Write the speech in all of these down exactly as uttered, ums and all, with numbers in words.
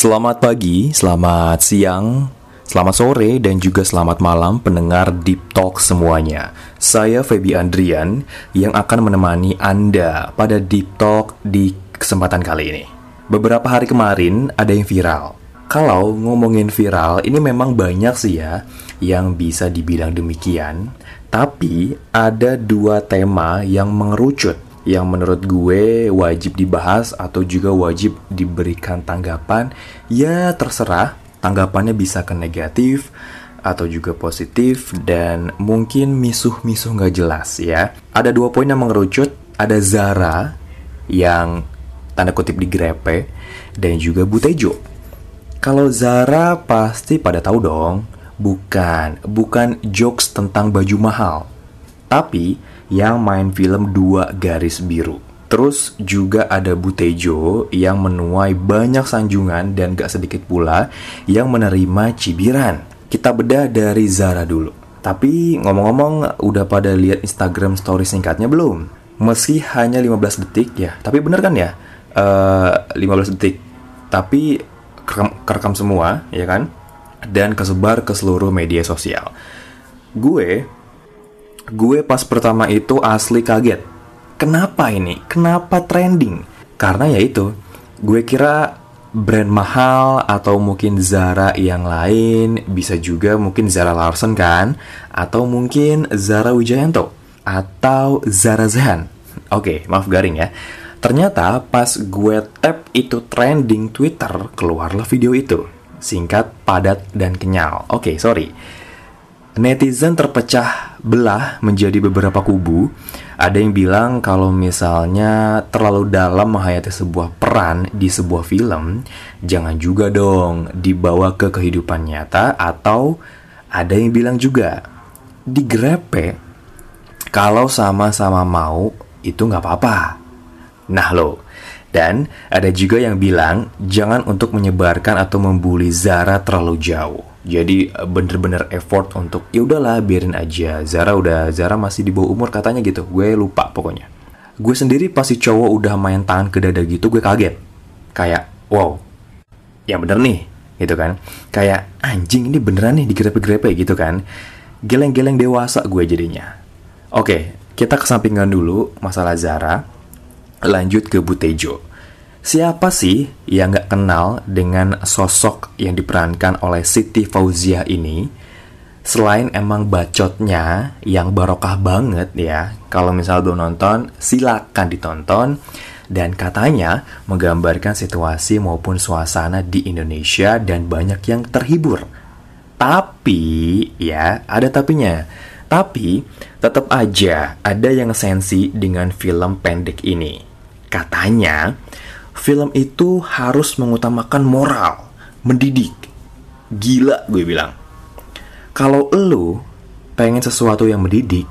Selamat pagi, selamat siang, selamat sore, dan juga selamat malam pendengar Deep Talk semuanya. Saya Feby Andrian yang akan menemani Anda pada Deep Talk di kesempatan kali ini. Beberapa hari kemarin ada yang viral. Kalau ngomongin viral, ini memang banyak sih ya yang bisa dibilang demikian. Tapi ada dua tema yang mengerucut, yang menurut gue wajib dibahas atau juga wajib diberikan tanggapan. Ya terserah, tanggapannya bisa ke negatif atau juga positif, dan mungkin misuh-misuh gak jelas ya. Ada dua poin yang mengerucut. Ada Zara yang tanda kutip digrepe, dan juga Butejo. Kalau Zara pasti pada tahu dong, bukan bukan jokes tentang baju mahal, tapi yang main film Dua Garis Biru. Terus juga ada Butejo yang menuai banyak sanjungan dan gak sedikit pula yang menerima cibiran. Kita bedah dari Zara dulu. Tapi ngomong-ngomong, udah pada lihat Instagram story singkatnya belum? Meski hanya lima belas detik ya, tapi bener kan ya? Uh, lima belas detik. Tapi kerekam, kerekam semua, ya kan? Dan kesebar ke seluruh media sosial. Gue Gue pas pertama itu asli kaget. Kenapa ini? Kenapa trending? Karena ya itu, gue kira brand mahal atau mungkin Zara yang lain, bisa juga mungkin Zara Larsson kan, atau mungkin Zara Wijayanto, atau Zara Zehan. Oke, maaf garing ya. Ternyata pas gue tap itu trending Twitter, keluarlah video itu. Singkat, padat, dan kenyal. Oke, sorry. Netizen terpecah belah menjadi beberapa kubu. Ada yang bilang kalau misalnya terlalu dalam menghayati sebuah peran di sebuah film, jangan juga dong dibawa ke kehidupan nyata. Atau ada yang bilang juga, digrepe kalau sama-sama mau itu gak apa-apa. Nah lo, dan ada juga yang bilang jangan untuk menyebarkan atau membuli Zara terlalu jauh. Jadi bener-bener effort untuk ya udahlah biarin aja, Zara udah Zara masih di bawah umur katanya gitu. Gue lupa pokoknya. Gue sendiri pasti cowok udah main tangan ke dada gitu, gue kaget. Kayak wow, yang bener nih gitu kan. Kayak anjing, ini beneran nih digrepe-grepe gitu kan. Geleng-geleng dewasa gue jadinya. Oke, kita kesampingan dulu masalah Zara. Lanjut ke Butejo. Siapa sih yang gak kenal dengan sosok yang diperankan oleh Siti Fauziah ini? Selain emang bacotnya yang barokah banget ya, kalau misal belum nonton, silakan ditonton. Dan katanya menggambarkan situasi maupun suasana di Indonesia dan banyak yang terhibur. Tapi, ya ada tapinya. Tapi, tetap aja ada yang sensi dengan film pendek ini. Katanya, film itu harus mengutamakan moral, mendidik. Gila gue bilang. Kalau lu pengen sesuatu yang mendidik,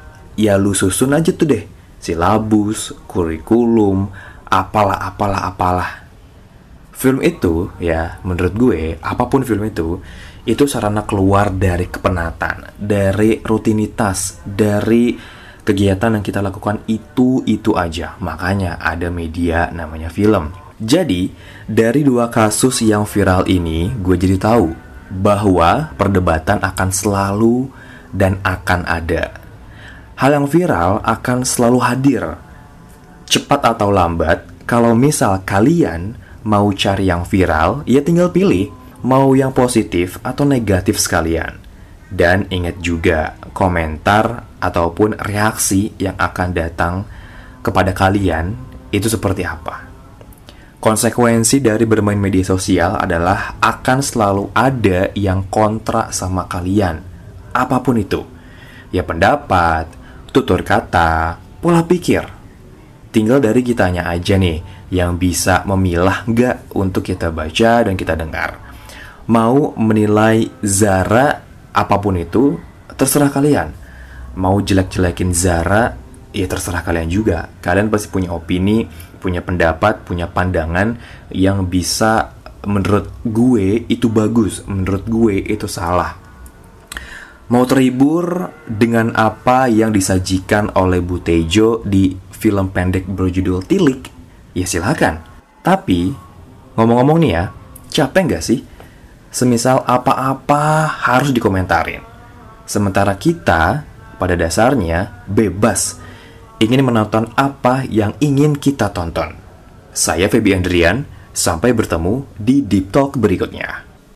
ya lu susun aja tuh deh silabus, kurikulum, apalah apalah apalah. Film itu ya menurut gue, apapun film itu, itu sarana keluar dari kepenatan, dari rutinitas, dari kegiatan yang kita lakukan itu-itu aja. Makanya ada media namanya film. Jadi, dari dua kasus yang viral ini, gue jadi tahu bahwa perdebatan akan selalu dan akan ada. Hal yang viral akan selalu hadir. Cepat atau lambat, kalau misal kalian mau cari yang viral, ya tinggal pilih mau yang positif atau negatif sekalian. Dan ingat juga komentar ataupun reaksi yang akan datang kepada kalian itu seperti apa. Konsekuensi dari bermain media sosial adalah akan selalu ada yang kontra sama kalian. Apapun itu. Ya pendapat, tutur kata, pola pikir. Tinggal dari kitanya aja nih yang bisa memilah nggak untuk kita baca dan kita dengar. Mau menilai Zara apapun itu, terserah kalian. Mau jelek-jelekin Zara, ya terserah kalian juga. Kalian pasti punya opini, punya pendapat, punya pandangan yang bisa menurut gue itu bagus, menurut gue itu salah. Mau terhibur dengan apa yang disajikan oleh Butejo di film pendek berjudul Tilik, ya silakan. Tapi, ngomong-ngomong nih ya, Capek nggak sih? Semisal apa-apa harus dikomentarin. Sementara kita, pada dasarnya, bebas ingin menonton apa yang ingin kita tonton. Saya Feby Andrian, sampai bertemu di Deep Talk berikutnya.